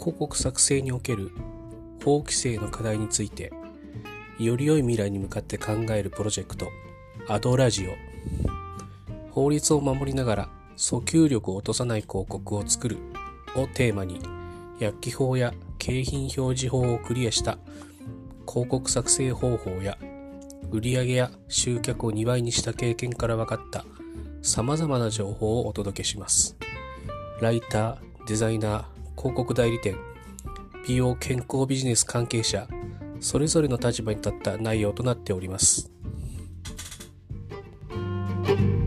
広告作成における法規制の課題についてより良い未来に向かって考えるプロジェクトアドラジオ。法律を守りながら訴求力を落とさない広告を作るをテーマに、薬機法や景品表示法をクリアした広告作成方法や売上や集客を2倍にした経験から分かった様々な情報をお届けします。ライター、デザイナー、広告代理店、美容健康ビジネス関係者、それぞれの立場に立った内容となっております。